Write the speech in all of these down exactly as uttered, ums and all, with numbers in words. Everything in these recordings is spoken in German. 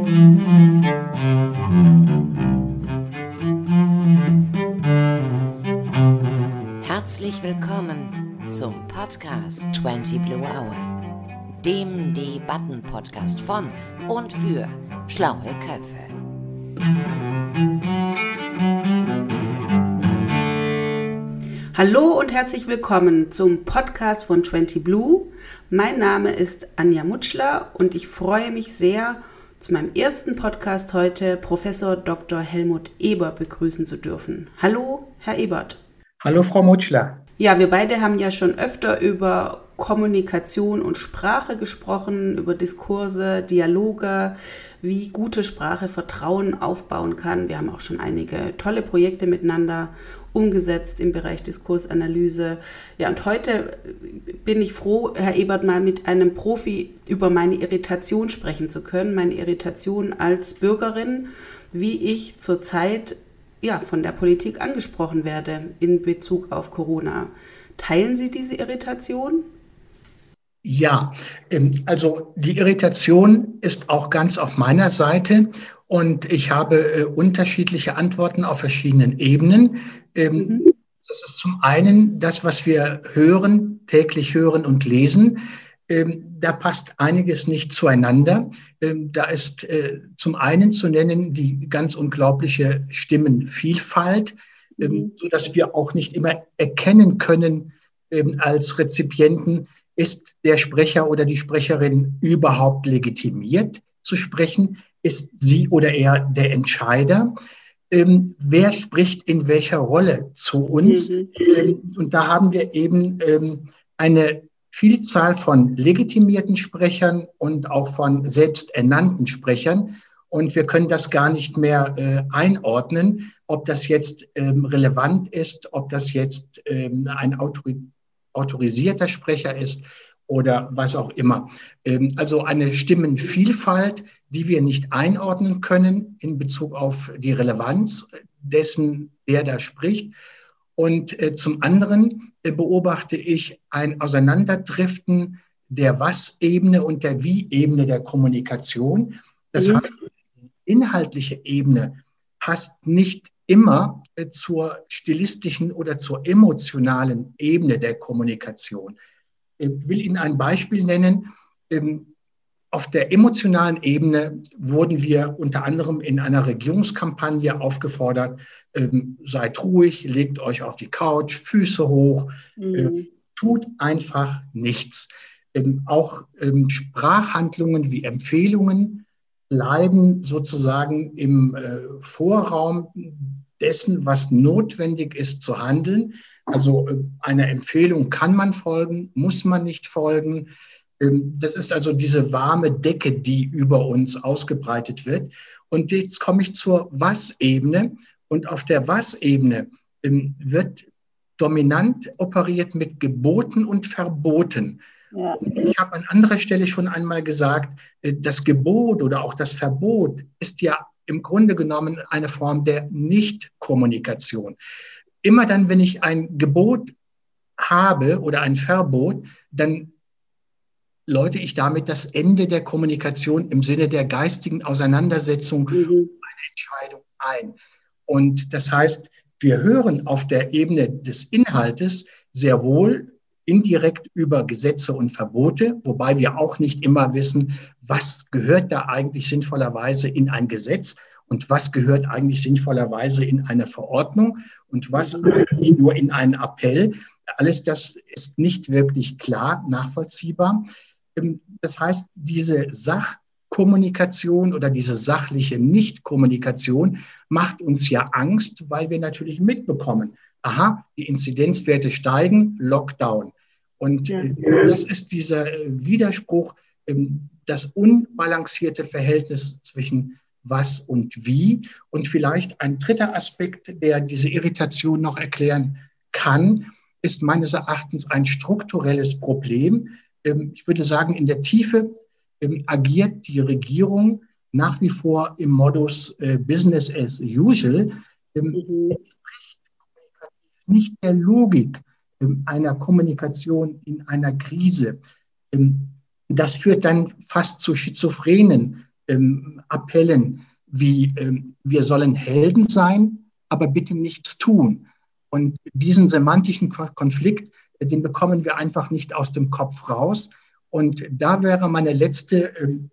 Herzlich willkommen zum Podcast zwanzig Blue Hour, dem Debatten-Podcast von und für schlaue Köpfe. Hallo und herzlich willkommen zum Podcast von zwanzig Blue. Mein Name ist Anja Mutschler und ich freue mich sehr, zu meinem ersten Podcast heute Professor Doktor Helmut Eber begrüßen zu dürfen. Hallo, Herr Ebert. Hallo, Frau Mutschler. Ja, wir beide haben ja schon öfter über Kommunikation und Sprache gesprochen, über Diskurse, Dialoge, wie gute Sprache Vertrauen aufbauen kann. Wir haben auch schon einige tolle Projekte miteinander umgesetzt im Bereich Diskursanalyse. Ja, und heute bin ich froh, Herr Ebert, mal mit einem Profi über meine Irritation sprechen zu können, meine Irritation als Bürgerin, wie ich zurzeit ja, von der Politik angesprochen werde in Bezug auf Corona. Teilen Sie diese Irritation? Ja, also die Irritation ist auch ganz auf meiner Seite und ich habe unterschiedliche Antworten auf verschiedenen Ebenen. Mhm. Das ist zum einen das, was wir hören, täglich hören und lesen. Da passt einiges nicht zueinander. Da ist zum einen zu nennen die ganz unglaubliche Stimmenvielfalt, mhm. sodass wir auch nicht immer erkennen können als Rezipienten, ist der Sprecher oder die Sprecherin überhaupt legitimiert zu sprechen? Ist sie oder er der Entscheider? Ähm, wer spricht in welcher Rolle zu uns? Mhm. Ähm, und da haben wir eben ähm, eine Vielzahl von legitimierten Sprechern und auch von selbsternannten Sprechern. Und wir können das gar nicht mehr äh, einordnen, ob das jetzt ähm, relevant ist, ob das jetzt ähm, ein Autori- autorisierter Sprecher ist oder was auch immer. Ähm, also eine Stimmenvielfalt, die wir nicht einordnen können in Bezug auf die Relevanz dessen, der da spricht. Und äh, zum anderen äh, beobachte ich ein Auseinanderdriften der Was-Ebene und der Wie-Ebene der Kommunikation. Das mhm. heißt, die inhaltliche Ebene passt nicht immer äh, zur stilistischen oder zur emotionalen Ebene der Kommunikation. Ich will Ihnen ein Beispiel nennen. Ähm, Auf der emotionalen Ebene wurden wir unter anderem in einer Regierungskampagne aufgefordert, ähm, seid ruhig, legt euch auf die Couch, Füße hoch, mhm. äh, tut einfach nichts. Ähm, auch ähm, Sprachhandlungen wie Empfehlungen bleiben sozusagen im äh, Vorraum dessen, was notwendig ist zu handeln. Also äh, einer Empfehlung kann man folgen, muss man nicht folgen. Das ist also diese warme Decke, die über uns ausgebreitet wird. Und jetzt komme ich zur Was-Ebene. Und auf der Was-Ebene wird dominant operiert mit Geboten und Verboten. Ja. Und ich habe an anderer Stelle schon einmal gesagt, das Gebot oder auch das Verbot ist ja im Grunde genommen eine Form der Nicht-Kommunikation. Immer dann, wenn ich ein Gebot habe oder ein Verbot, dann läute ich damit das Ende der Kommunikation im Sinne der geistigen Auseinandersetzung mhm. eine Entscheidung ein. Und das heißt, wir hören auf der Ebene des Inhaltes sehr wohl indirekt über Gesetze und Verbote, wobei wir auch nicht immer wissen, was gehört da eigentlich sinnvollerweise in ein Gesetz und was gehört eigentlich sinnvollerweise in eine Verordnung und was mhm. eigentlich nur in einen Appell. Alles das ist nicht wirklich klar nachvollziehbar. Das heißt, diese Sachkommunikation oder diese sachliche Nichtkommunikation macht uns ja Angst, weil wir natürlich mitbekommen, aha, die Inzidenzwerte steigen, Lockdown. Und ja. das ist dieser Widerspruch, das unbalancierte Verhältnis zwischen was und wie. Und vielleicht ein dritter Aspekt, der diese Irritation noch erklären kann, ist meines Erachtens ein strukturelles Problem. Ich würde sagen, in der Tiefe agiert die Regierung nach wie vor im Modus Business as usual, mhm. entspricht nicht der Logik einer Kommunikation in einer Krise. Das führt dann fast zu schizophrenen ähm, Appellen wie ähm, wir sollen Helden sein, aber bitte nichts tun. Und diesen semantischen Konflikt, den bekommen wir einfach nicht aus dem Kopf raus. Und da wäre meine letzte ähm,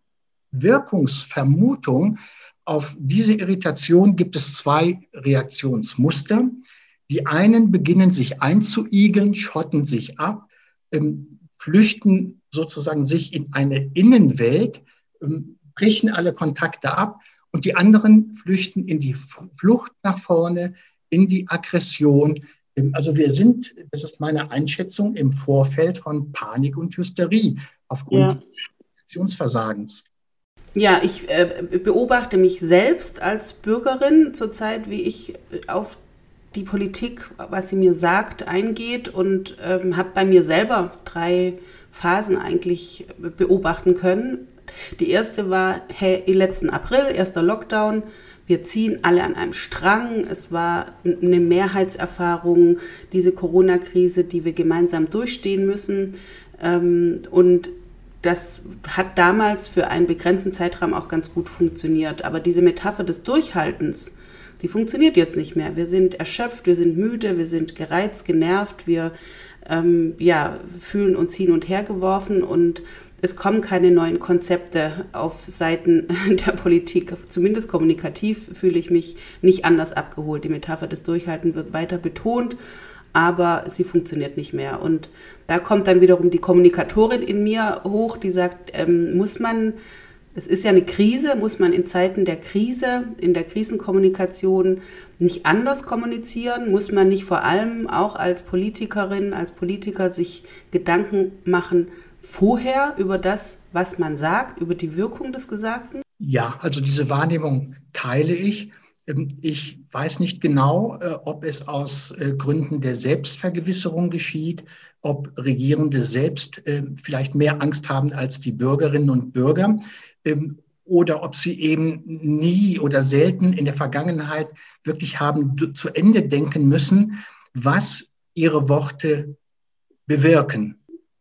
Wirkungsvermutung: Auf diese Irritation gibt es zwei Reaktionsmuster. Die einen beginnen sich einzuigeln, schotten sich ab, ähm, flüchten sozusagen sich in eine Innenwelt, ähm, brechen alle Kontakte ab, und die anderen flüchten in die Flucht nach vorne, in die Aggression. Ähm, also wir sind, das ist meine Einschätzung, im Vorfeld von Panik und Hysterie aufgrund Ja. des Kommunikationsversagens. Ja, ich äh, beobachte mich selbst als Bürgerin zurzeit, wie ich auf die Politik, was sie mir sagt, eingeht, und ähm, habe bei mir selber drei Phasen eigentlich beobachten können. Die erste war hey, letzten April, erster Lockdown. Wir ziehen alle an einem Strang. Es war eine Mehrheitserfahrung, diese Corona-Krise, die wir gemeinsam durchstehen müssen. Ähm, und das hat damals für einen begrenzten Zeitraum auch ganz gut funktioniert. Aber diese Metapher des Durchhaltens, die funktioniert jetzt nicht mehr. Wir sind erschöpft, wir sind müde, wir sind gereizt, genervt, wir ähm, ja, fühlen uns hin und her geworfen, und es kommen keine neuen Konzepte auf Seiten der Politik. Zumindest kommunikativ fühle ich mich nicht anders abgeholt. Die Metapher des Durchhaltens wird weiter betont, aber sie funktioniert nicht mehr. Und da kommt dann wiederum die Kommunikatorin in mir hoch, die sagt, ähm, muss man, es ist ja eine Krise, muss man in Zeiten der Krise, in der Krisenkommunikation nicht anders kommunizieren? Muss man nicht vor allem auch als Politikerin, als Politiker sich Gedanken machen vorher über das, was man sagt, über die Wirkung des Gesagten? Ja, also diese Wahrnehmung teile ich. Ich weiß nicht genau, ob es aus Gründen der Selbstvergewisserung geschieht, ob Regierende selbst vielleicht mehr Angst haben als die Bürgerinnen und Bürger, oder ob sie eben nie oder selten in der Vergangenheit wirklich haben zu Ende denken müssen, was ihre Worte bewirken.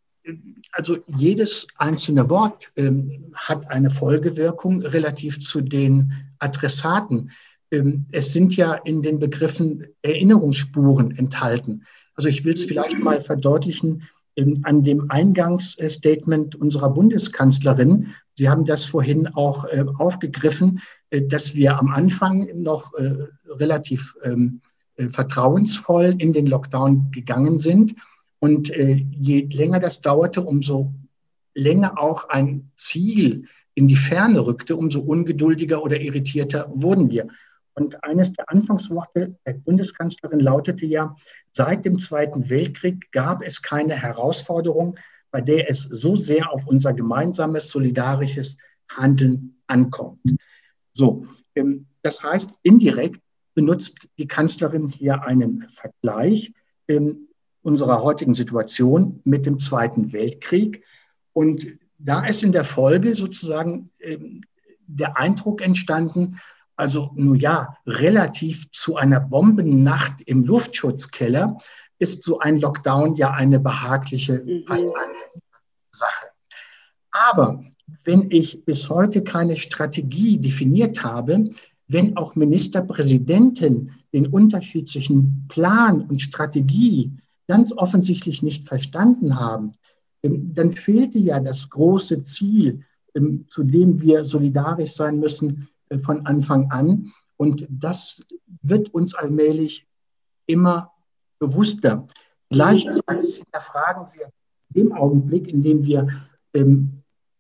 Also jedes einzelne Wort ähm, hat eine Folgewirkung relativ zu den Adressaten. Ähm, es sind ja in den Begriffen Erinnerungsspuren enthalten. Also ich will es vielleicht mal verdeutlichen ähm, an dem Eingangsstatement unserer Bundeskanzlerin. Sie haben das vorhin auch äh, aufgegriffen, äh, dass wir am Anfang noch äh, relativ ähm, äh, vertrauensvoll in den Lockdown gegangen sind. Und äh, je länger das dauerte, umso länger auch ein Ziel in die Ferne rückte, umso ungeduldiger oder irritierter wurden wir. Und eines der Anfangsworte der Bundeskanzlerin lautete ja: Seit dem Zweiten Weltkrieg gab es keine Herausforderung, bei der es so sehr auf unser gemeinsames, solidarisches Handeln ankommt. So, ähm, das heißt, indirekt benutzt die Kanzlerin hier einen Vergleich ähm, unserer heutigen Situation mit dem Zweiten Weltkrieg. Und da ist in der Folge sozusagen ähm, der Eindruck entstanden, also nun ja, relativ zu einer Bombennacht im Luftschutzkeller ist so ein Lockdown ja eine behagliche, mhm. fast angenehme Sache. Aber wenn ich bis heute keine Strategie definiert habe, wenn auch Ministerpräsidenten den Unterschied zwischen Plan und Strategie ganz offensichtlich nicht verstanden haben, dann fehlte ja das große Ziel, zu dem wir solidarisch sein müssen von Anfang an. Und das wird uns allmählich immer bewusster. Gleichzeitig hinterfragen wir in dem Augenblick, in dem wir ähm,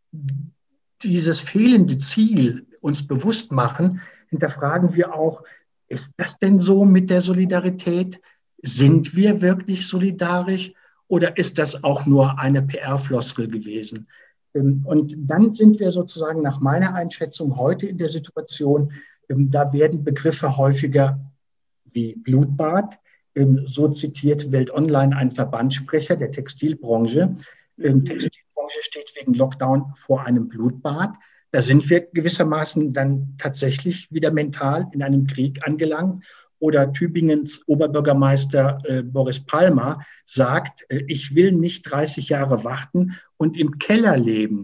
dieses fehlende Ziel uns bewusst machen, hinterfragen wir auch, ist das denn so mit der Solidarität? Sind wir wirklich solidarisch oder ist das auch nur eine P R-Floskel gewesen? Und dann sind wir sozusagen nach meiner Einschätzung heute in der Situation, da werden Begriffe häufiger wie Blutbad, so zitiert Welt Online ein Verbandssprecher der Textilbranche. Die Textilbranche steht wegen Lockdown vor einem Blutbad. Da sind wir gewissermaßen dann tatsächlich wieder mental in einem Krieg angelangt. Oder Tübingens Oberbürgermeister äh, Boris Palmer sagt, äh, ich will nicht dreißig Jahre warten und im Keller leben.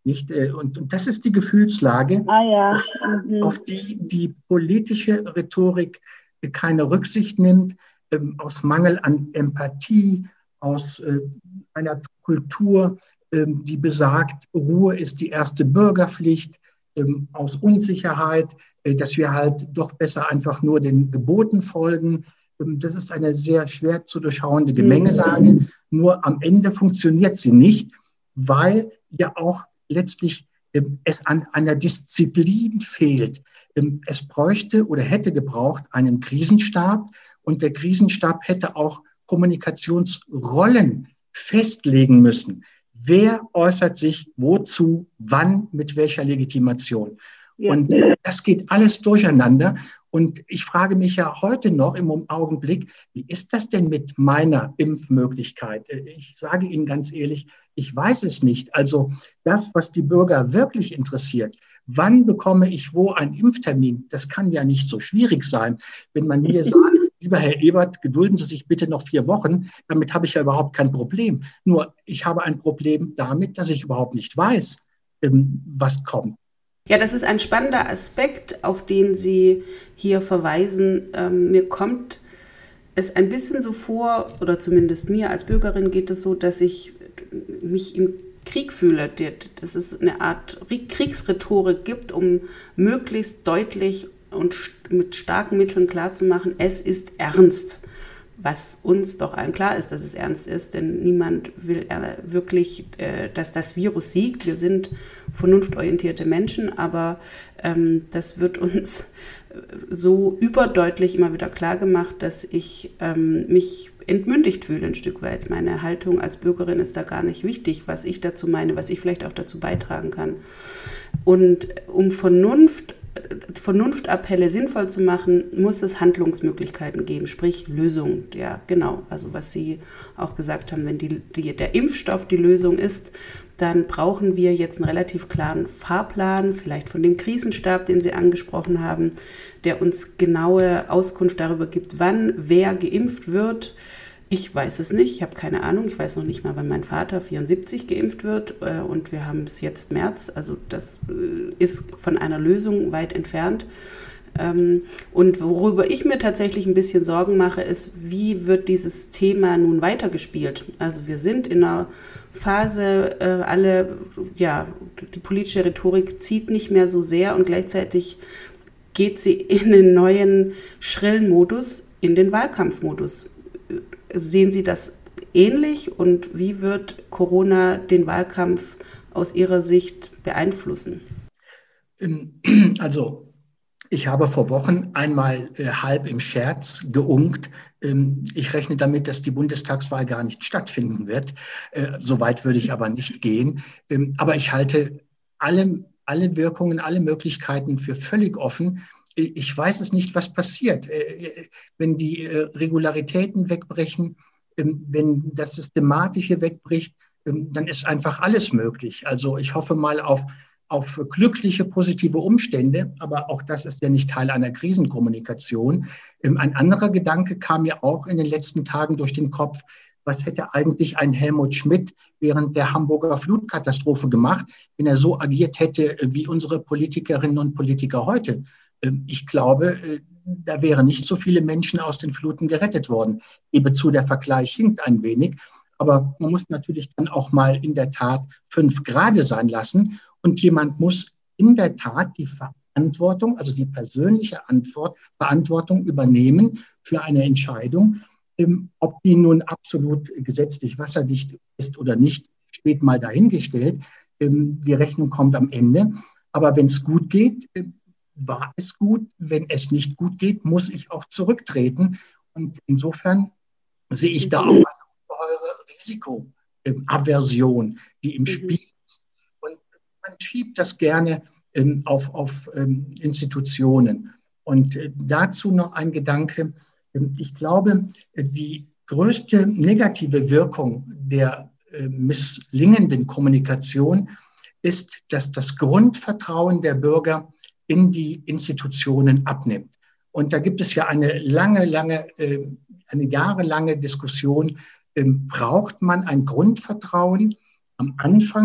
Nicht? Und, und das ist die Gefühlslage, ah, ja. auf, mhm. auf die die politische Rhetorik keine Rücksicht nimmt, ähm, aus Mangel an Empathie, aus äh, einer Kultur, ähm, die besagt, Ruhe ist die erste Bürgerpflicht, ähm, aus Unsicherheit, äh, dass wir halt doch besser einfach nur den Geboten folgen. Ähm, das ist eine sehr schwer zu durchschauende Gemengelage. Mhm. Nur am Ende funktioniert sie nicht, weil ja auch letztlich ähm, es an einer Disziplin fehlt. Ähm, es bräuchte oder hätte gebraucht einen Krisenstab, und der Krisenstab hätte auch Kommunikationsrollen festlegen müssen. Wer äußert sich wozu, wann, mit welcher Legitimation? Ja. Und äh, das geht alles durcheinander. Und ich frage mich ja heute noch im Augenblick, wie ist das denn mit meiner Impfmöglichkeit? Ich sage Ihnen ganz ehrlich, ich weiß es nicht. Also das, was die Bürger wirklich interessiert, wann bekomme ich wo einen Impftermin? Das kann ja nicht so schwierig sein, wenn man mir sagt, lieber Herr Ebert, gedulden Sie sich bitte noch vier Wochen, damit habe ich ja überhaupt kein Problem. Nur ich habe ein Problem damit, dass ich überhaupt nicht weiß, was kommt. Ja, das ist ein spannender Aspekt, auf den Sie hier verweisen. Ähm, mir kommt es ein bisschen so vor, oder zumindest mir als Bürgerin geht es so, dass ich mich im Krieg fühle, dass es eine Art Kriegsrhetorik gibt, um möglichst deutlich und mit starken Mitteln klarzumachen, es ist ernst. Was uns doch allen klar ist, dass es ernst ist, denn niemand will wirklich, dass das Virus siegt. Wir sind vernunftorientierte Menschen, aber ähm, das wird uns so überdeutlich immer wieder klar gemacht, dass ich ähm, mich entmündigt fühle ein Stück weit. Meine Haltung als Bürgerin ist da gar nicht wichtig, was ich dazu meine, was ich vielleicht auch dazu beitragen kann. Und um Vernunft Vernunftappelle sinnvoll zu machen, muss es Handlungsmöglichkeiten geben, sprich Lösungen. Ja, genau. Also was Sie auch gesagt haben, wenn die, die, der Impfstoff die Lösung ist, dann brauchen wir jetzt einen relativ klaren Fahrplan, vielleicht von dem Krisenstab, den Sie angesprochen haben, der uns genaue Auskunft darüber gibt, wann wer geimpft wird. Ich weiß es nicht, ich habe keine Ahnung. Ich weiß noch nicht mal, wann mein Vater vierundsiebzig geimpft wird äh, und wir haben bis jetzt März. Also das äh, ist von einer Lösung weit entfernt. Ähm, und worüber ich mir tatsächlich ein bisschen Sorgen mache, ist, wie wird dieses Thema nun weitergespielt? Also wir sind in einer Phase, äh, alle, ja, die politische Rhetorik zieht nicht mehr so sehr und gleichzeitig geht sie in den neuen schrillen Modus, in den Wahlkampfmodus. Sehen Sie das ähnlich und wie wird Corona den Wahlkampf aus Ihrer Sicht beeinflussen? Also ich habe vor Wochen einmal äh, halb im Scherz geunkt, ähm, ich rechne damit, dass die Bundestagswahl gar nicht stattfinden wird. Äh, so weit würde ich aber nicht gehen. Ähm, aber ich halte alle, alle Wirkungen, alle Möglichkeiten für völlig offen. Ich weiß es nicht, was passiert, wenn die Regularitäten wegbrechen, wenn das Systematische wegbricht, dann ist einfach alles möglich. Also ich hoffe mal auf, auf glückliche, positive Umstände, aber auch das ist ja nicht Teil einer Krisenkommunikation. Ein anderer Gedanke kam mir auch in den letzten Tagen durch den Kopf: Was hätte eigentlich ein Helmut Schmidt während der Hamburger Flutkatastrophe gemacht, wenn er so agiert hätte wie unsere Politikerinnen und Politiker heute? Ich glaube, da wären nicht so viele Menschen aus den Fluten gerettet worden. Ich gebe zu, der Vergleich hinkt ein wenig. Aber man muss natürlich dann auch mal in der Tat fünf Grade sein lassen. Und jemand muss in der Tat die Verantwortung, also die persönliche Antwort, Verantwortung übernehmen für eine Entscheidung. Ob die nun absolut gesetzlich wasserdicht ist oder nicht, steht mal dahingestellt. Die Rechnung kommt am Ende. Aber wenn es gut geht, war es gut. Wenn es nicht gut geht, muss ich auch zurücktreten. Und insofern sehe ich da auch eine ungeheure Risikoaversion, die im Spiel ist. Und man schiebt das gerne ähm, auf, auf ähm, Institutionen. Und äh, dazu noch ein Gedanke. Ähm, ich glaube, die größte negative Wirkung der äh, misslingenden Kommunikation ist, dass das Grundvertrauen der Bürger in die Institutionen abnimmt. Und da gibt es ja eine lange, lange, eine jahrelange Diskussion. Braucht man ein Grundvertrauen am Anfang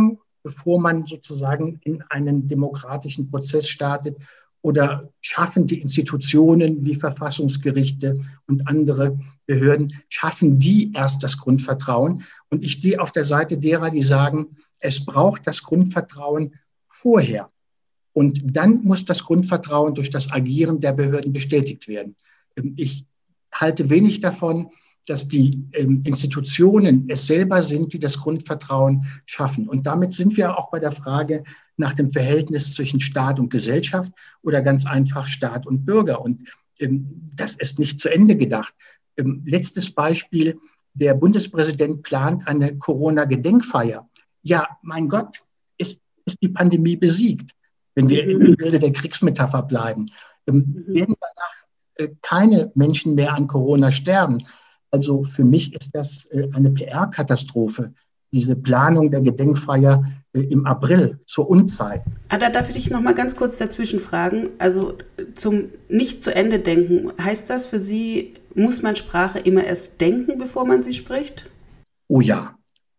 bevor man sozusagen in einen demokratischen Prozess startet? Oder schaffen die Institutionen wie Verfassungsgerichte und andere Behörden, schaffen die erst das Grundvertrauen? Und ich stehe auf der Seite derer, die sagen, es braucht das Grundvertrauen vorher. Und dann muss das Grundvertrauen durch das Agieren der Behörden bestätigt werden. Ich halte wenig davon, dass die ähm, Institutionen es selber sind, die das Grundvertrauen schaffen. Und damit sind wir auch bei der Frage nach dem Verhältnis zwischen Staat und Gesellschaft oder ganz einfach Staat und Bürger. Und ähm, das ist nicht zu Ende gedacht. Ähm, letztes Beispiel, der Bundespräsident plant eine Corona-Gedenkfeier. Ja, mein Gott, ist, ist die Pandemie besiegt, wenn wir im Bilde der Kriegsmetapher bleiben. Ähm, werden danach äh, keine Menschen mehr an Corona sterben? Also für mich ist das eine P R-Katastrophe, diese Planung der Gedenkfeier im April zur Unzeit. Ah, da darf ich dich noch mal ganz kurz dazwischen fragen. Also zum Nicht-zu-Ende-Denken, heißt das für Sie, muss man Sprache immer erst denken, bevor man sie spricht? Oh ja.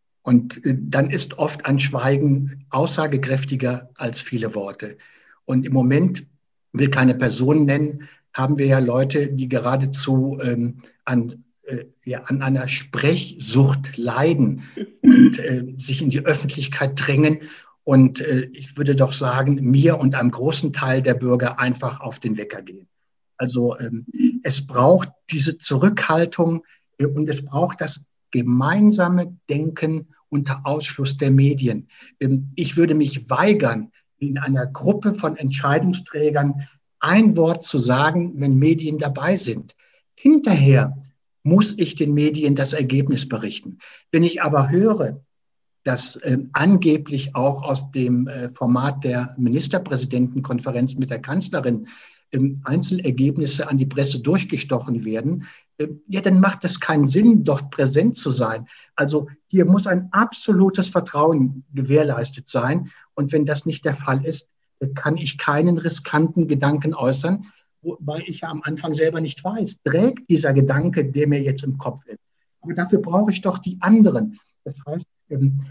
Und dann ist oft ein Schweigen aussagekräftiger als viele Worte. Und im Moment, will keine Person nennen, haben wir ja Leute, die geradezu ähm, an Ja, an einer Sprechsucht leiden und äh, sich in die Öffentlichkeit drängen. Und äh, ich würde doch sagen, mir und einem großen Teil der Bürger einfach auf den Wecker gehen. Also ähm, es braucht diese Zurückhaltung äh, und es braucht das gemeinsame Denken unter Ausschluss der Medien. Ähm, ich würde mich weigern, in einer Gruppe von Entscheidungsträgern ein Wort zu sagen, wenn Medien dabei sind. Hinterher muss ich den Medien das Ergebnis berichten. Wenn ich aber höre, dass äh, angeblich auch aus dem äh, Format der Ministerpräsidentenkonferenz mit der Kanzlerin äh, Einzelergebnisse an die Presse durchgestochen werden, äh, ja, dann macht es keinen Sinn, dort präsent zu sein. Also hier muss ein absolutes Vertrauen gewährleistet sein. Und wenn das nicht der Fall ist, äh, kann ich keinen riskanten Gedanken äußern, wobei ich ja am Anfang selber nicht weiß, trägt dieser Gedanke, der mir jetzt im Kopf ist. Aber dafür brauche ich doch die anderen. Das heißt, ähm,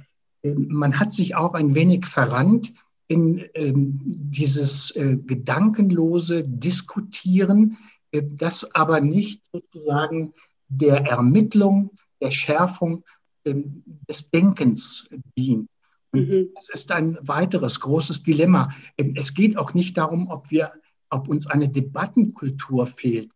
man hat sich auch ein wenig verrannt in ähm, dieses äh, gedankenlose Diskutieren, äh, das aber nicht sozusagen der Ermittlung, der Schärfung äh, des Denkens dient. Und mhm. das ist ein weiteres großes Dilemma. Es geht auch nicht darum, ob wir ob uns eine Debattenkultur fehlt.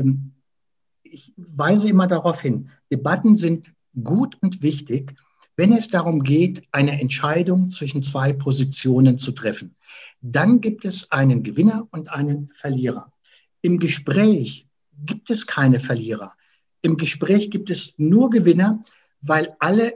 Ich weise immer darauf hin, Debatten sind gut und wichtig, wenn es darum geht, eine Entscheidung zwischen zwei Positionen zu treffen. Dann gibt es einen Gewinner und einen Verlierer. Im Gespräch gibt es keine Verlierer. Im Gespräch gibt es nur Gewinner, weil alle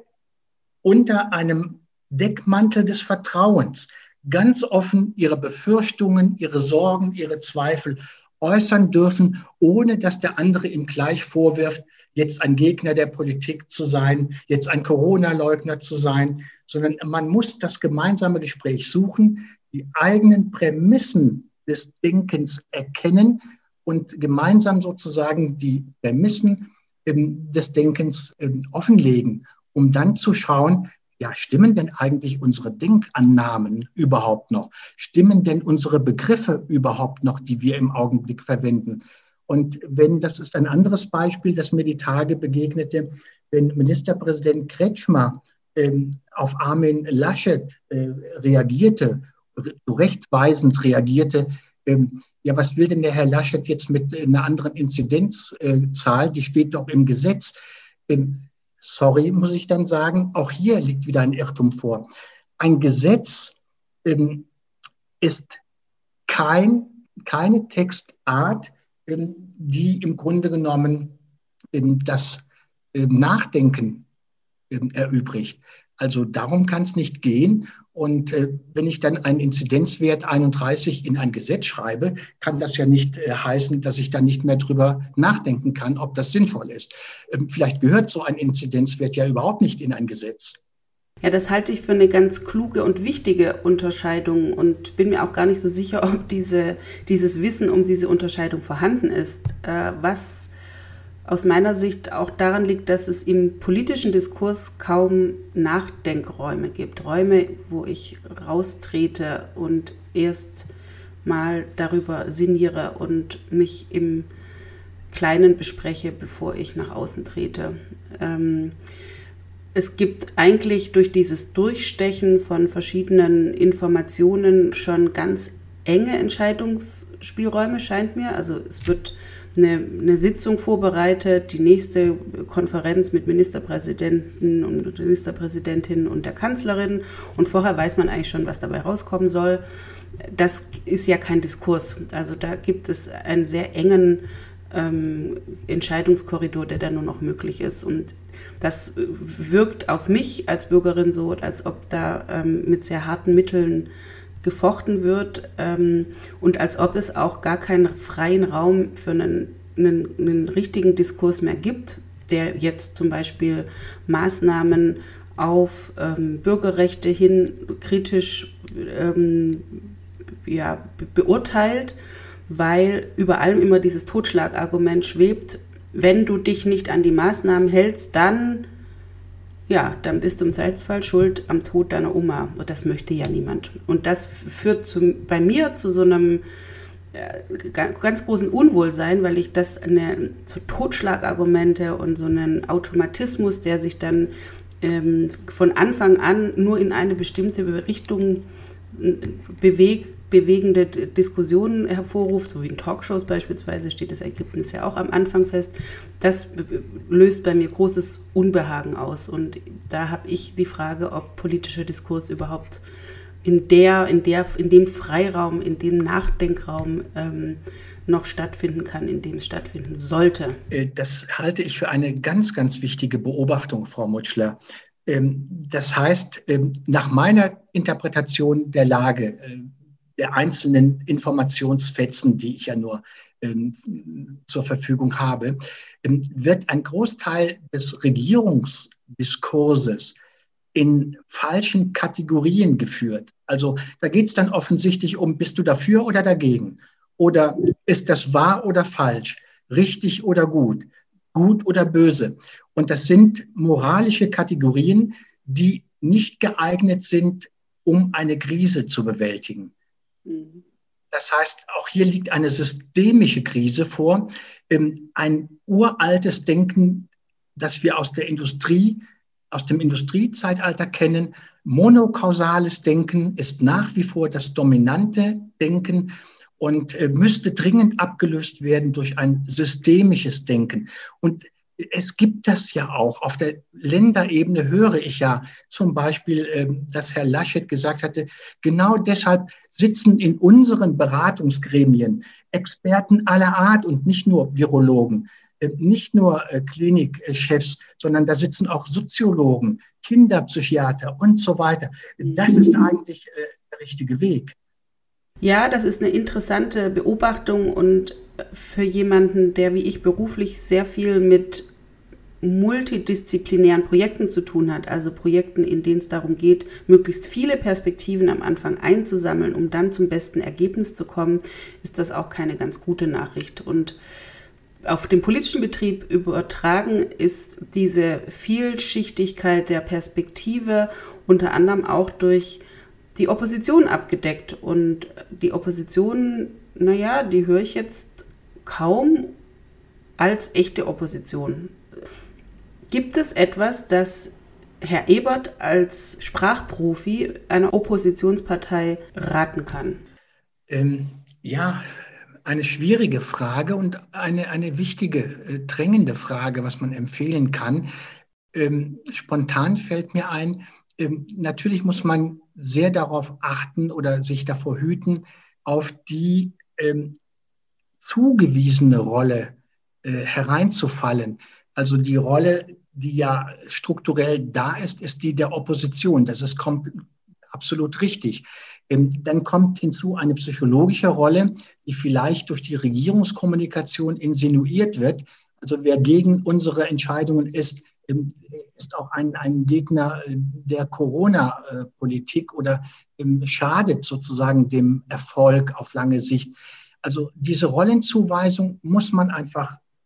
unter einem Deckmantel des Vertrauens ganz offen ihre Befürchtungen, ihre Sorgen, ihre Zweifel äußern dürfen, ohne dass der andere ihm gleich vorwirft, jetzt ein Gegner der Politik zu sein, jetzt ein Corona-Leugner zu sein, sondern man muss das gemeinsame Gespräch suchen, die eigenen Prämissen des Denkens erkennen und gemeinsam sozusagen die Prämissen ähm, des Denkens ähm, offenlegen, um dann zu schauen, ja, stimmen denn eigentlich unsere Denkannahmen überhaupt noch? Stimmen denn unsere Begriffe überhaupt noch, die wir im Augenblick verwenden? Und wenn, das ist ein anderes Beispiel, das mir die Tage begegnete, wenn Ministerpräsident Kretschmer ähm, auf Armin Laschet äh, reagierte, zurechtweisend reagierte, ähm, ja, was will denn der Herr Laschet jetzt mit einer anderen Inzidenzzahl? Die steht doch im Gesetz. Ähm, Sorry, muss ich dann sagen, auch hier liegt wieder ein Irrtum vor. Ein Gesetz ähm, ist kein, keine Textart, ähm, die im Grunde genommen ähm, das ähm, Nachdenken ähm, erübrigt. Also darum kann es nicht gehen. Und äh, wenn ich dann einen Inzidenzwert einunddreißig in ein Gesetz schreibe, kann das ja nicht äh, heißen, dass ich dann nicht mehr drüber nachdenken kann, ob das sinnvoll ist. Ähm, vielleicht gehört so ein Inzidenzwert ja überhaupt nicht in ein Gesetz. Ja, das halte ich für eine ganz kluge und wichtige Unterscheidung und bin mir auch gar nicht so sicher, ob diese, dieses Wissen um diese Unterscheidung vorhanden ist. Äh, was aus meiner Sicht auch daran liegt, dass es im politischen Diskurs kaum Nachdenkräume gibt. Räume, wo ich raustrete und erst mal darüber sinniere und mich im Kleinen bespreche, bevor ich nach außen trete. Ähm, es gibt eigentlich durch dieses Durchstechen von verschiedenen Informationen schon ganz enge Entscheidungsspielräume, scheint mir. Also es wird eine, eine Sitzung vorbereitet, die nächste Konferenz mit Ministerpräsidenten und Ministerpräsidentinnen und der Kanzlerin, und vorher weiß man eigentlich schon, was dabei rauskommen soll. Das ist ja kein Diskurs. Also da gibt es einen sehr engen ähm, Entscheidungskorridor, der da nur noch möglich ist. Und das wirkt auf mich als Bürgerin so, als ob da ähm, mit sehr harten Mitteln gefochten wird ähm, und als ob es auch gar keinen freien Raum für einen, einen, einen richtigen Diskurs mehr gibt, der jetzt zum Beispiel Maßnahmen auf ähm, Bürgerrechte hin kritisch ähm, ja, be- beurteilt, weil über allem immer dieses Totschlagargument schwebt: Wenn du dich nicht an die Maßnahmen hältst, dann ja, dann bist du im Zweifelsfall schuld am Tod deiner Oma. Und das möchte ja niemand. Und das führt zu, bei mir zu so einem äh, ganz großen Unwohlsein, weil ich das eine, so Totschlagargumente und so einen Automatismus, der sich dann ähm, von Anfang an nur in eine bestimmte Richtung bewegt, bewegende Diskussionen hervorruft, so wie in Talkshows beispielsweise, steht das Ergebnis ja auch am Anfang fest. Das löst bei mir großes Unbehagen aus. Und da habe ich die Frage, ob politischer Diskurs überhaupt in der, in der, in dem Freiraum, in dem Nachdenkraum ähm, noch stattfinden kann, in dem es stattfinden sollte. Das halte ich für eine ganz, ganz wichtige Beobachtung, Frau Mutschler. Das heißt, nach meiner Interpretation der Lage, der einzelnen Informationsfetzen, die ich ja nur ähm, zur Verfügung habe, ähm, wird ein Großteil des Regierungsdiskurses in falschen Kategorien geführt. Also da geht es dann offensichtlich um, bist du dafür oder dagegen? Oder ist das wahr oder falsch? Richtig oder gut? Gut oder böse? Und das sind moralische Kategorien, die nicht geeignet sind, um eine Krise zu bewältigen. Das heißt, auch hier liegt eine systemische Krise vor, ein uraltes Denken, das wir aus der Industrie, aus dem Industriezeitalter kennen. Monokausales Denken ist nach wie vor das dominante Denken und müsste dringend abgelöst werden durch ein systemisches Denken. Und es gibt das ja auch. Auf der Länderebene höre ich ja zum Beispiel, dass Herr Laschet gesagt hatte, genau deshalb sitzen in unseren Beratungsgremien Experten aller Art und nicht nur Virologen, nicht nur Klinikchefs, sondern da sitzen auch Soziologen, Kinderpsychiater und so weiter. Das ist eigentlich der richtige Weg. Ja, das ist eine interessante Beobachtung, und für jemanden, der wie ich beruflich sehr viel mit multidisziplinären Projekten zu tun hat, also Projekten, in denen es darum geht, möglichst viele Perspektiven am Anfang einzusammeln, um dann zum besten Ergebnis zu kommen, ist das auch keine ganz gute Nachricht. Und auf den politischen Betrieb übertragen ist diese Vielschichtigkeit der Perspektive unter anderem auch durch die Opposition abgedeckt. Und die Opposition, naja, die höre ich jetzt kaum als echte Opposition. Gibt es etwas, das Herr Ebert als Sprachprofi einer Oppositionspartei raten kann? Ähm, ja, eine schwierige Frage und eine, eine wichtige, äh, drängende Frage, was man empfehlen kann. Ähm, spontan fällt mir ein, ähm, natürlich muss man sehr darauf achten oder sich davor hüten, auf die ähm, zugewiesene Rolle äh, hereinzufallen. Also die Rolle, die ja strukturell da ist, ist die der Opposition. Das ist kom- absolut richtig. Ähm, dann kommt hinzu eine psychologische Rolle, die vielleicht durch die Regierungskommunikation insinuiert wird. Also wer gegen unsere Entscheidungen ist, ähm, ist auch ein, ein Gegner der Corona-Politik oder ähm, schadet sozusagen dem Erfolg auf lange Sicht. Also diese Rollenzuweisung muss man einfach äh,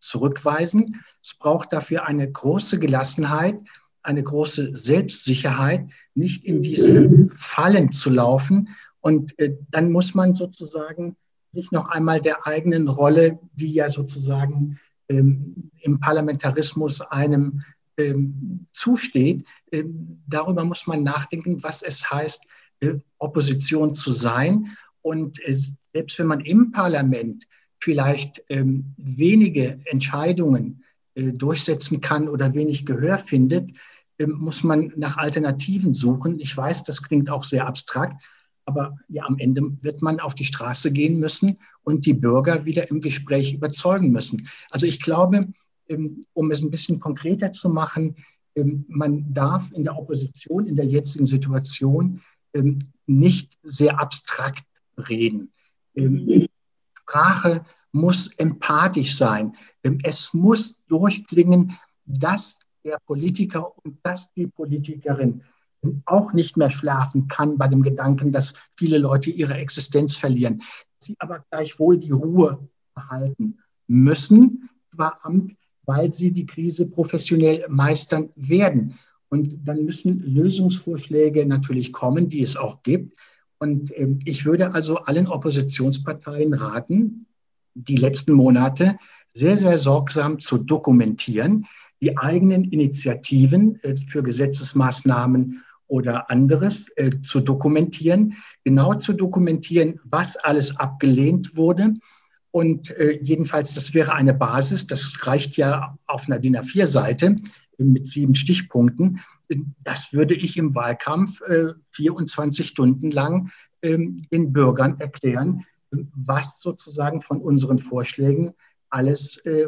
zurückweisen. Es braucht dafür eine große Gelassenheit, eine große Selbstsicherheit, nicht in diese Fallen zu laufen. Und äh, dann muss man sozusagen sich noch einmal der eigenen Rolle, die ja sozusagen ähm, im Parlamentarismus einem ähm, zusteht, ähm, darüber muss man nachdenken, was es heißt, äh, Opposition zu sein. Und äh, selbst wenn man im Parlament vielleicht ähm, wenige Entscheidungen äh, durchsetzen kann oder wenig Gehör findet, äh, muss man nach Alternativen suchen. Ich weiß, das klingt auch sehr abstrakt, aber ja, am Ende wird man auf die Straße gehen müssen und die Bürger wieder im Gespräch überzeugen müssen. Also ich glaube, ähm, um es ein bisschen konkreter zu machen, ähm, man darf in der Opposition, in der jetzigen Situation, ähm, nicht sehr abstrakt reden. Ähm, Sprache muss empathisch sein. Es muss durchklingen, dass der Politiker und dass die Politikerin auch nicht mehr schlafen kann bei dem Gedanken, dass viele Leute ihre Existenz verlieren. Sie aber gleichwohl die Ruhe behalten müssen, qua Amt, weil sie die Krise professionell meistern werden. Und dann müssen Lösungsvorschläge natürlich kommen, die es auch gibt. Und ähm, ich würde also allen Oppositionsparteien raten, die letzten Monate sehr, sehr sorgsam zu dokumentieren, die eigenen Initiativen äh, für Gesetzesmaßnahmen oder anderes äh, zu dokumentieren, genau zu dokumentieren, was alles abgelehnt wurde. Und äh, jedenfalls, das wäre eine Basis, das reicht ja auf einer D I N A vier Seite äh, mit sieben Stichpunkten. Das würde ich im Wahlkampf äh, vierundzwanzig Stunden lang äh, den Bürgern erklären, was sozusagen von unseren Vorschlägen alles äh,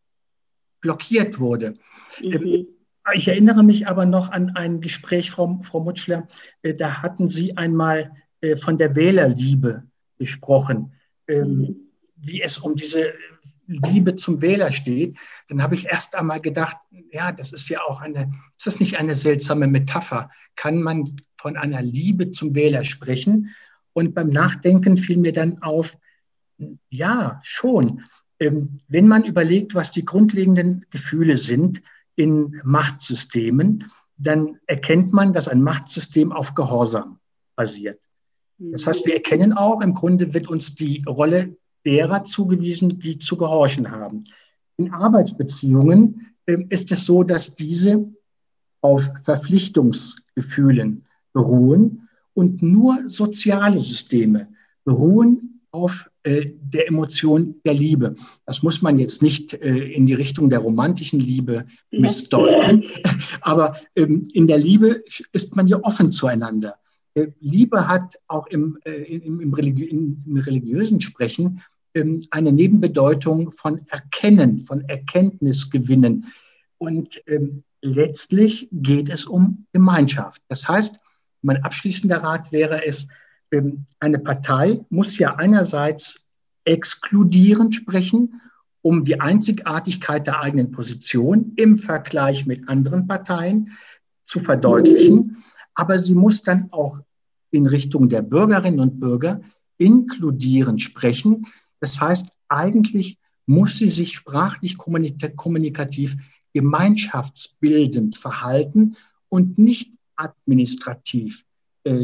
blockiert wurde. Mhm. Ähm, ich erinnere mich aber noch an ein Gespräch, Frau, Frau Mutschler, äh, da hatten Sie einmal äh, von der Wählerliebe gesprochen, ähm, mhm. wie es um diese Liebe zum Wähler steht. Dann habe ich erst einmal gedacht, ja, das ist ja auch eine, ist das nicht eine seltsame Metapher? Kann man von einer Liebe zum Wähler sprechen? Und beim Nachdenken fiel mir dann auf, ja, schon. Ähm, wenn man überlegt, was die grundlegenden Gefühle sind in Machtsystemen, dann erkennt man, dass ein Machtsystem auf Gehorsam basiert. Das heißt, wir erkennen auch, im Grunde wird uns die Rolle derer zugewiesen, die zu gehorchen haben. In Arbeitsbeziehungen äh, ist es so, dass diese auf Verpflichtungsgefühlen beruhen und nur soziale Systeme beruhen auf äh, der Emotion der Liebe. Das muss man jetzt nicht äh, in die Richtung der romantischen Liebe missdeuten, aber ähm, in der Liebe ist man ja offen zueinander. Äh, Liebe hat auch im, äh, im, im, religi im religiösen Sprechen ähm, eine Nebenbedeutung von Erkennen, von Erkenntnisgewinnen. Und ähm, letztlich geht es um Gemeinschaft. Das heißt, mein abschließender Rat wäre es, eine Partei muss ja einerseits exkludierend sprechen, um die Einzigartigkeit der eigenen Position im Vergleich mit anderen Parteien zu verdeutlichen, aber sie muss dann auch in Richtung der Bürgerinnen und Bürger inkludierend sprechen. Das heißt, eigentlich muss sie sich sprachlich kommunikativ gemeinschaftsbildend verhalten und nicht administrativ äh,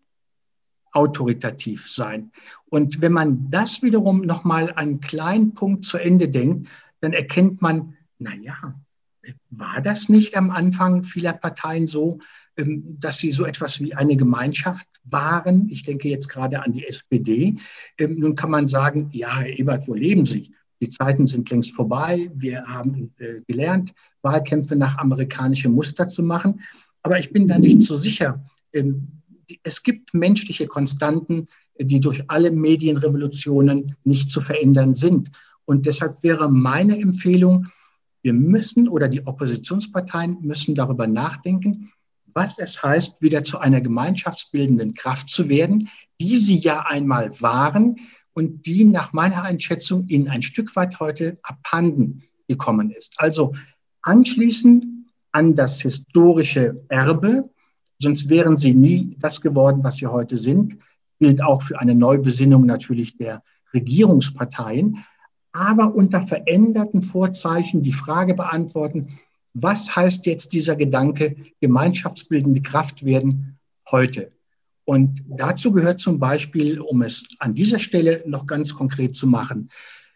autoritativ sein. Und wenn man das wiederum nochmal einen kleinen Punkt zu Ende denkt, dann erkennt man, naja, war das nicht am Anfang vieler Parteien so, dass sie so etwas wie eine Gemeinschaft waren? Ich denke jetzt gerade an die S P D. Nun kann man sagen, ja, Herr Ebert, wo leben Sie? Die Zeiten sind längst vorbei. Wir haben gelernt, Wahlkämpfe nach amerikanischem Muster zu machen. Aber ich bin da nicht so sicher. Es gibt menschliche Konstanten, die durch alle Medienrevolutionen nicht zu verändern sind. Und deshalb wäre meine Empfehlung, wir müssen oder die Oppositionsparteien müssen darüber nachdenken, was es heißt, wieder zu einer gemeinschaftsbildenden Kraft zu werden, die sie ja einmal waren und die nach meiner Einschätzung ihnen ein Stück weit heute abhanden gekommen ist. Also anschließen an das historische Erbe, sonst wären sie nie das geworden, was sie heute sind. Gilt auch für eine Neubesinnung natürlich der Regierungsparteien. aber unter veränderten Vorzeichen die Frage beantworten, was heißt jetzt dieser Gedanke, gemeinschaftsbildende Kraft werden heute? Und dazu gehört zum Beispiel, um es an dieser Stelle noch ganz konkret zu machen,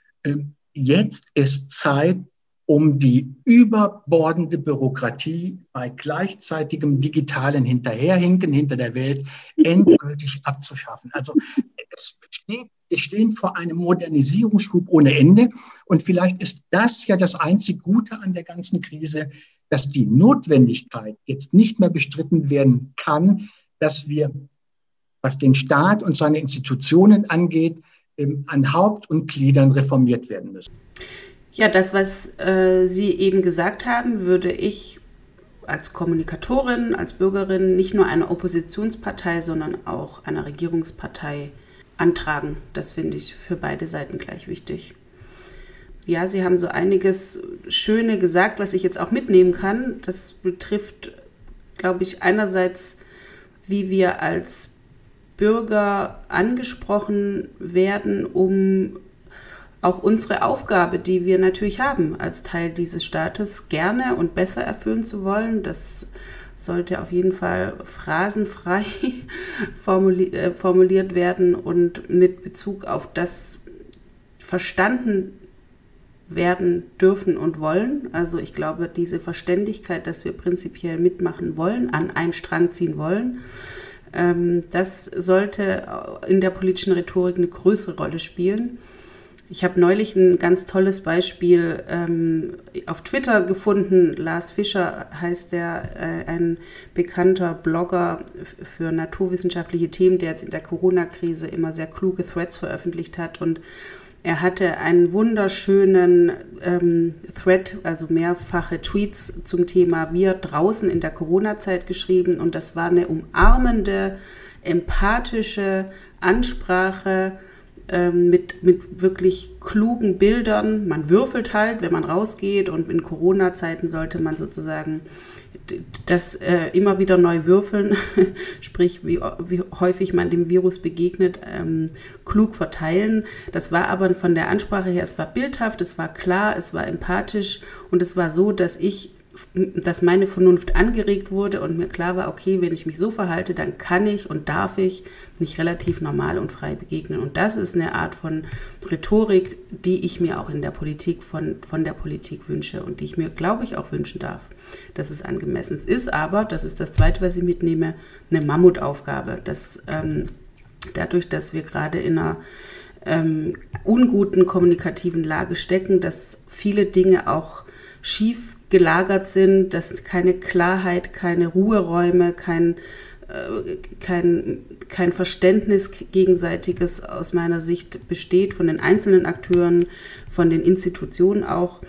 jetzt ist Zeit, um die überbordende Bürokratie bei gleichzeitigem digitalen Hinterherhinken hinter der Welt endgültig abzuschaffen. Also es steht, wir stehen vor einem Modernisierungsschub ohne Ende. Und vielleicht ist das ja das einzig Gute an der ganzen Krise, dass die Notwendigkeit jetzt nicht mehr bestritten werden kann, dass wir, was den Staat und seine Institutionen angeht, an Haupt und Gliedern reformiert werden müssen. Ja, das, was äh, Sie eben gesagt haben, würde ich als Kommunikatorin, als Bürgerin nicht nur einer Oppositionspartei, sondern auch einer Regierungspartei antragen. Das finde ich für beide Seiten gleich wichtig. Ja, Sie haben so einiges Schöne gesagt, was ich jetzt auch mitnehmen kann. Das betrifft, glaube ich, einerseits, wie wir als Bürger angesprochen werden, um auch unsere Aufgabe, die wir natürlich haben als Teil dieses Staates, gerne und besser erfüllen zu wollen. Das sollte auf jeden Fall phrasenfrei formuliert werden und mit Bezug auf das verstanden werden dürfen und wollen. Also ich glaube, diese Verständigkeit, dass wir prinzipiell mitmachen wollen, an einem Strang ziehen wollen, das sollte in der politischen Rhetorik eine größere Rolle spielen. Ich habe neulich ein ganz tolles Beispiel ähm, auf Twitter gefunden. Lars Fischer heißt der, äh, ein bekannter Blogger für naturwissenschaftliche Themen, der jetzt in der Corona-Krise immer sehr kluge Threads veröffentlicht hat. Und er hatte einen wunderschönen ähm, Thread, also mehrfache Tweets zum Thema Wir draußen in der Corona-Zeit geschrieben. Und das war eine umarmende, empathische Ansprache, Mit, mit wirklich klugen Bildern. Man würfelt halt, wenn man rausgeht, und in Corona-Zeiten sollte man sozusagen das äh, immer wieder neu würfeln, sprich wie, wie häufig man dem Virus begegnet, ähm, klug verteilen. Das war aber von der Ansprache her, es war bildhaft, es war klar, es war empathisch und es war so, dass ich dass meine Vernunft angeregt wurde und mir klar war, okay, wenn ich mich so verhalte, dann kann ich und darf ich mich relativ normal und frei begegnen. Und das ist eine Art von Rhetorik, die ich mir auch in der Politik von, von der Politik wünsche und die ich mir, glaube ich, auch wünschen darf, dass es angemessen ist. Aber, das ist das Zweite, was ich mitnehme, eine Mammutaufgabe. Dass, ähm, dadurch, dass wir gerade in einer ähm, unguten kommunikativen Lage stecken, dass viele Dinge auch schief gelagert sind, dass keine Klarheit, keine Ruheräume, kein, äh, kein, kein Verständnis gegenseitiges aus meiner Sicht besteht von den einzelnen Akteuren, von den Institutionen auch.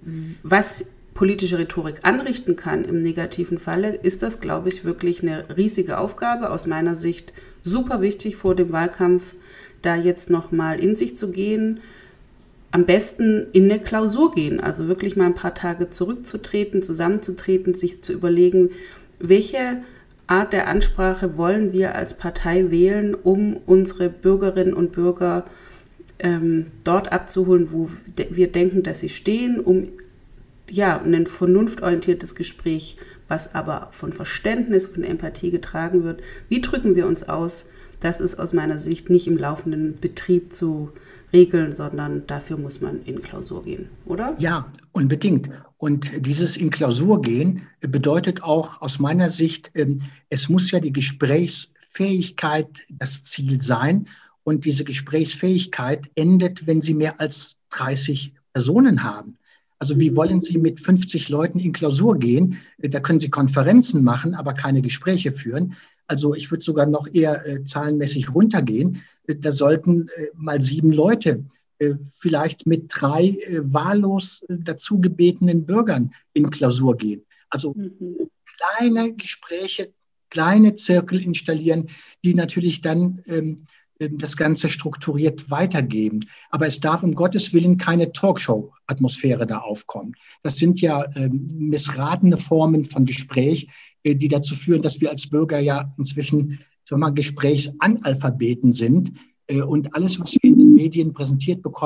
Was politische Rhetorik anrichten kann im negativen Falle, ist das, glaube ich, wirklich eine riesige Aufgabe. Aus meiner Sicht super wichtig vor dem Wahlkampf, da jetzt nochmal in sich zu gehen, am besten in eine Klausur gehen, also wirklich mal ein paar Tage zurückzutreten, zusammenzutreten, sich zu überlegen, welche Art der Ansprache wollen wir als Partei wählen, um unsere Bürgerinnen und Bürger ähm, dort abzuholen, wo wir denken, dass sie stehen, um ja, ein vernunftorientiertes Gespräch, was aber von Verständnis, von Empathie getragen wird. Wie drücken wir uns aus? Das ist aus meiner Sicht nicht im laufenden Betrieb zu regeln, sondern dafür muss man in Klausur gehen, oder? Ja, unbedingt. Und dieses in Klausur gehen bedeutet auch aus meiner Sicht, es muss ja die Gesprächsfähigkeit das Ziel sein. Und diese Gesprächsfähigkeit endet, wenn Sie mehr als dreißig Personen haben. Also wie wollen Sie mit fünfzig Leuten in Klausur gehen? Da können Sie Konferenzen machen, aber keine Gespräche führen. Also ich würde sogar noch eher äh, zahlenmäßig runtergehen. Da sollten äh, mal sieben Leute, äh, vielleicht mit drei äh, wahllos äh, dazu gebetenen Bürgern in Klausur gehen. Also mhm. kleine Gespräche, kleine Zirkel installieren, die natürlich dann ähm, das Ganze strukturiert weitergeben. Aber es darf um Gottes Willen keine Talkshow-Atmosphäre da aufkommen. Das sind ja ähm, missratene Formen von Gespräch, äh, die dazu führen, dass wir als Bürger ja inzwischen, sagen wir mal, Gesprächsanalphabeten sind. Äh, und alles, was wir in den Medien präsentiert bekommen,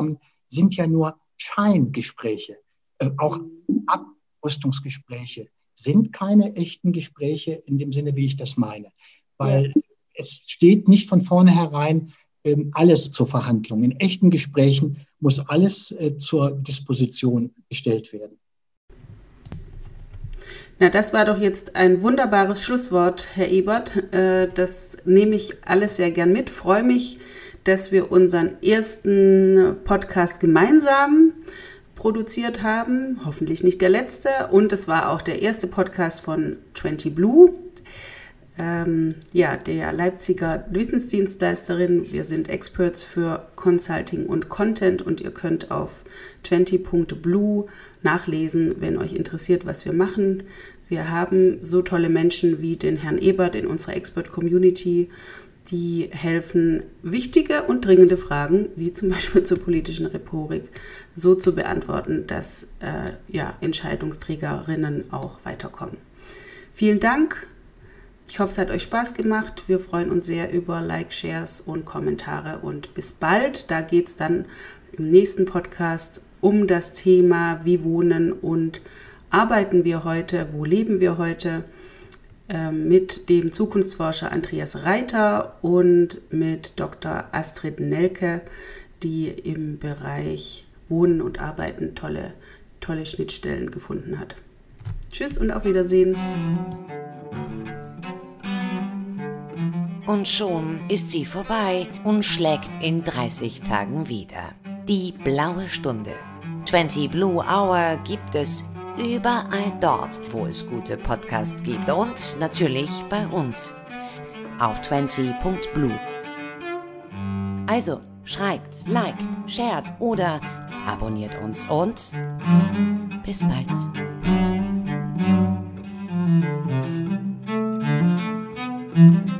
sind ja nur Scheingespräche. Äh, auch Abrüstungsgespräche sind keine echten Gespräche in dem Sinne, wie ich das meine. Weil ja. es steht nicht von vornherein ähm, alles zur Verhandlung. In echten Gesprächen muss alles äh, zur Disposition gestellt werden. Na, das war doch jetzt ein wunderbares Schlusswort, Herr Ebert. Das nehme ich alles sehr gern mit. Freue mich, dass wir unseren ersten Podcast gemeinsam produziert haben. Hoffentlich nicht der letzte. Und es war auch der erste Podcast von zwanzig Blue, ähm, ja, der Leipziger Wissensdienstleisterin. Wir sind Experts für Consulting und Content und ihr könnt auf zwanzig Punkt blue nachlesen, wenn euch interessiert, was wir machen. Wir haben so tolle Menschen wie den Herrn Ebert in unserer Expert-Community, die helfen, wichtige und dringende Fragen, wie zum Beispiel zur politischen Rhetorik, so zu beantworten, dass äh, ja, Entscheidungsträgerinnen auch weiterkommen. Vielen Dank. Ich hoffe, es hat euch Spaß gemacht. Wir freuen uns sehr über Like, Shares und Kommentare und bis bald. Da geht es dann im nächsten Podcast um das Thema, wie wohnen und arbeiten wir heute, wo leben wir heute, äh, mit dem Zukunftsforscher Andreas Reiter und mit Doktor Astrid Nelke, die im Bereich Wohnen und Arbeiten tolle, tolle Schnittstellen gefunden hat. Tschüss und auf Wiedersehen. Und schon ist sie vorbei und schlägt in dreißig Tagen wieder. Die blaue Stunde. zwanzig Blue Hour gibt es überall dort, wo es gute Podcasts gibt und natürlich bei uns auf zwanzig Punkt blue. Also schreibt, liked, shared oder abonniert uns und bis bald. Thank you.